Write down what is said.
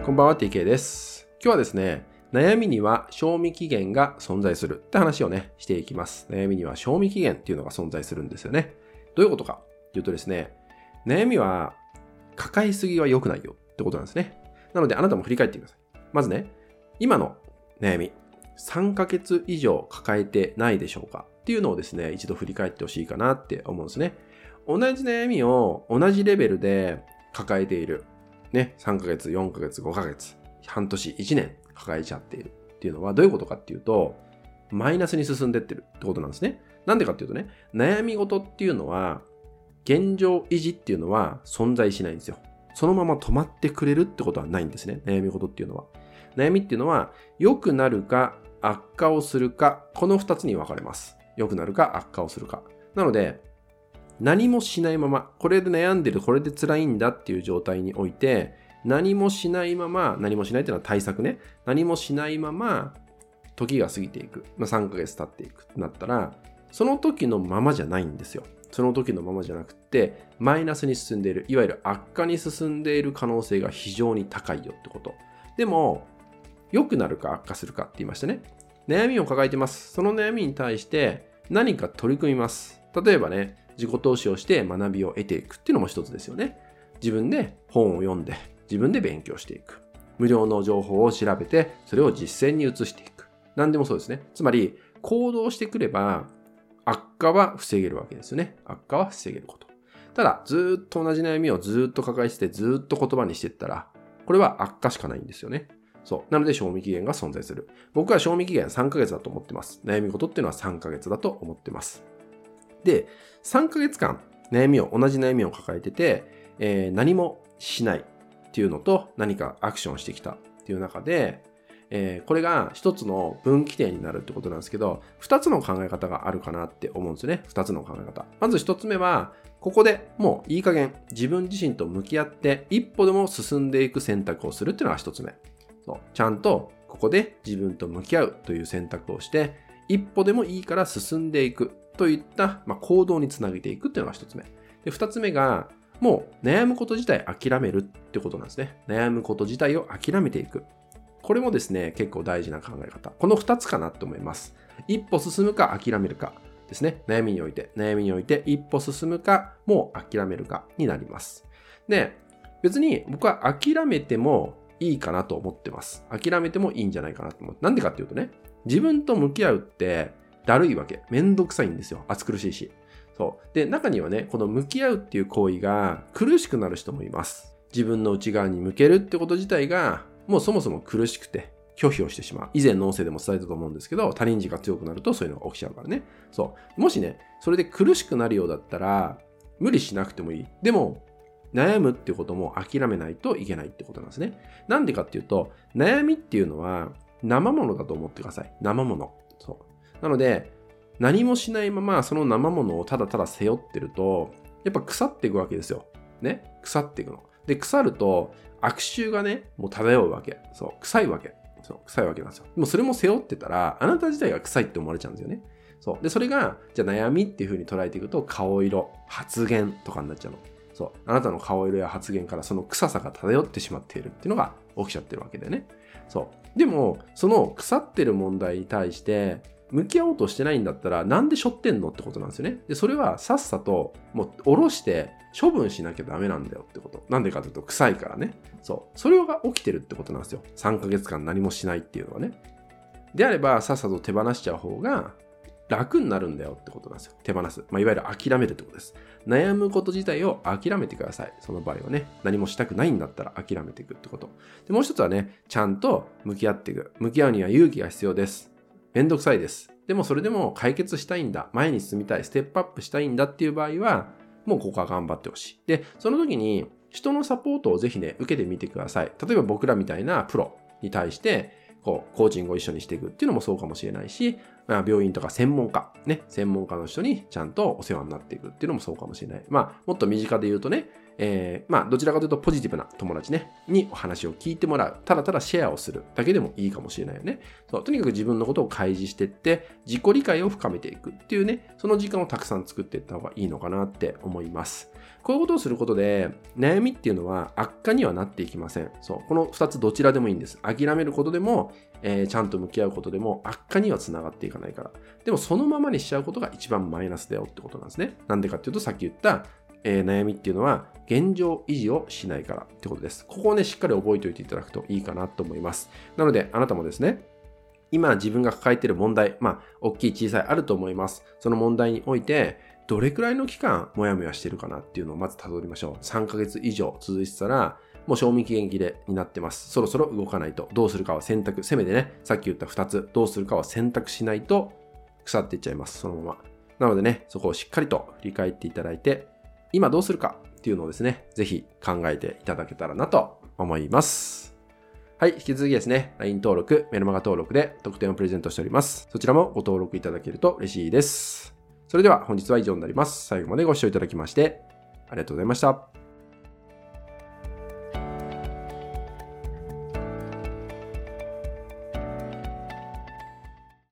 こんばんは、TK です。今日はですね、悩みには賞味期限が存在するって話をね、していきます。悩みには賞味期限っていうのが存在するんですよね。どういうことかっていうとですね、悩みは抱えすぎは良くないよってことなんですね。なのであなたも振り返ってください。まずね、今の悩み、3ヶ月以上抱えてないでしょうかっていうのをですね、一度振り返ってほしいかなって思うんですね。同じ悩みを同じレベルで抱えている。ね、3ヶ月、4ヶ月、5ヶ月、半年、1年抱えちゃっているっていうのはどういうことかっていうと、マイナスに進んでってるってことなんですね。なんでかっていうとね、悩み事っていうのは、現状維持っていうのは存在しないんですよ。そのまま止まってくれるってことはないんですね。悩み事っていうのは。悩みっていうのは、良くなるか悪化をするか、この2つに分かれます。良くなるか悪化をするか。なので、何もしないまま、これで悩んでる、これで辛いんだっていう状態において、何もしないまま、何もしないっていうのは対策ね。何もしないまま、時が過ぎていく。3ヶ月経っていくってなったら、その時のままじゃないんですよ。その時のままじゃなくて、マイナスに進んでいる、いわゆる悪化に進んでいる可能性が非常に高いよってこと。でも、良くなるか悪化するかって言いましたね。悩みを抱えてます。その悩みに対して何か取り組みます。例えばね、自己投資をして学びを得ていくっていうのも一つですよね。自分で本を読んで、自分で勉強していく。無料の情報を調べて、それを実践に移していく。何でもそうですね。つまり、行動してくれば、悪化は防げるわけですよね。悪化は防げること。ただ、ずっと同じ悩みをずっと抱えてて、ずっと言葉にしていったら、これは悪化しかないんですよね。そう。なので、賞味期限が存在する。僕は賞味期限3ヶ月だと思ってます。悩み事っていうのは3ヶ月だと思ってます。で、3ヶ月間同じ悩みを抱えてて、何もしないっていうのと何かアクションしてきたっていう中で、これが一つの分岐点になるってことなんですけど、二つの考え方があるかなって思うんですよね。二つの考え方。まず一つ目は、ここでもういい加減自分自身と向き合って一歩でも進んでいく選択をするっていうのが一つ目。そうちゃんとここで自分と向き合うという選択をして、一歩でもいいから進んでいくといった、行動につなげていくっていうのが一つ目。で、二つ目が、もう悩むこと自体諦めるってことなんですね。悩むこと自体を諦めていく。これもですね、結構大事な考え方。この二つかなと思います。一歩進むか諦めるかですね。悩みにおいて一歩進むか、もう諦めるかになります。で、別に僕は諦めてもいいかなと思ってます。諦めてもいいんじゃないかなと思って。なんでかっていうとね、自分と向き合うってだるいわけ。めんどくさいんですよ。暑苦しいし。そう。で、中にはね、この向き合うっていう行為が苦しくなる人もいます。自分の内側に向けるってこと自体が、もうそもそも苦しくて拒否をしてしまう。以前の音声でも伝えたと思うんですけど、他人軸が強くなるとそういうのが起きちゃうからね。そう。もしね、それで苦しくなるようだったら、無理しなくてもいい。でも、悩むってことも諦めないといけないってことなんですね。なんでかっていうと、悩みっていうのは生ものだと思ってください。生もの。そう。なので、何もしないままその生ものをただただ背負ってると、やっぱ腐っていくわけですよ。ね。腐っていくの。で、腐ると悪臭がね、もう漂うわけ。そう。臭いわけ。そう。臭いわけなんですよ。もうそれも背負ってたら、あなた自体が臭いって思われちゃうんですよね。そう。で、それが、じゃあ悩みっていう風に捉えていくと、顔色、発言とかになっちゃうの。そう。あなたの顔色や発言からその臭さが漂ってしまっているっていうのが起きちゃってるわけでね。そう。でも、その腐ってる問題に対して、向き合おうとしてないんだったら、なんで背負ってんのってことなんですよね。で、それはさっさと、もう下ろして処分しなきゃダメなんだよってこと。なんでかというと、臭いからね。そう。それが起きてるってことなんですよ。3ヶ月間何もしないっていうのはね。であれば、さっさと手放しちゃう方が、楽になるんだよってことなんですよ。手放す。いわゆる諦めるってことです。悩むこと自体を諦めてください。その場合はね、何もしたくないんだったら諦めていくってこと。で、もう一つはね、ちゃんと向き合っていく。向き合うには勇気が必要です。めんどくさいです。でもそれでも解決したいんだ。前に進みたい。ステップアップしたいんだっていう場合は、もうここは頑張ってほしい。で、その時に人のサポートをぜひね、受けてみてください。例えば僕らみたいなプロに対して、コーチングを一緒にしていくっていうのもそうかもしれないし、 病院とか専門家の人にちゃんとお世話になっていくっていうのもそうかもしれない。もっと身近で言うとね、どちらかというとポジティブな友達ね、にお話を聞いてもらう。ただただシェアをするだけでもいいかもしれないよね。そう、とにかく自分のことを開示していって、自己理解を深めていくっていうね、その時間をたくさん作っていった方がいいのかなって思います。こういうことをすることで、悩みっていうのは悪化にはなっていきません。そう、この2つどちらでもいいんです。諦めることでも、ちゃんと向き合うことでも悪化にはつながっていかないから。でもそのままにしちゃうことが一番マイナスだよってことなんですね。なんでかっていうと、さっき言った、悩みっていうのは現状維持をしないからってことです。ここをね、しっかり覚えておいていただくといいかなと思います。なので、あなたもですね、今自分が抱えている問題、大きい小さいあると思います。その問題において、どれくらいの期間もやもやしてるかなっていうのをまず辿りましょう。3ヶ月以上続いてたら、もう賞味期限切れになってます。そろそろ動かないと。どうするかは選択。せめてね、さっき言った2つ、どうするかは選択しないと腐っていっちゃいます。そのまま。なのでね、そこをしっかりと振り返っていただいて、今どうするかっていうのをですね、ぜひ考えていただけたらなと思います。はい、引き続きですね、LINE 登録、メルマガ登録で特典をプレゼントしております。そちらもご登録いただけると嬉しいです。それでは本日は以上になります。最後までご視聴いただきましてありがとうございました。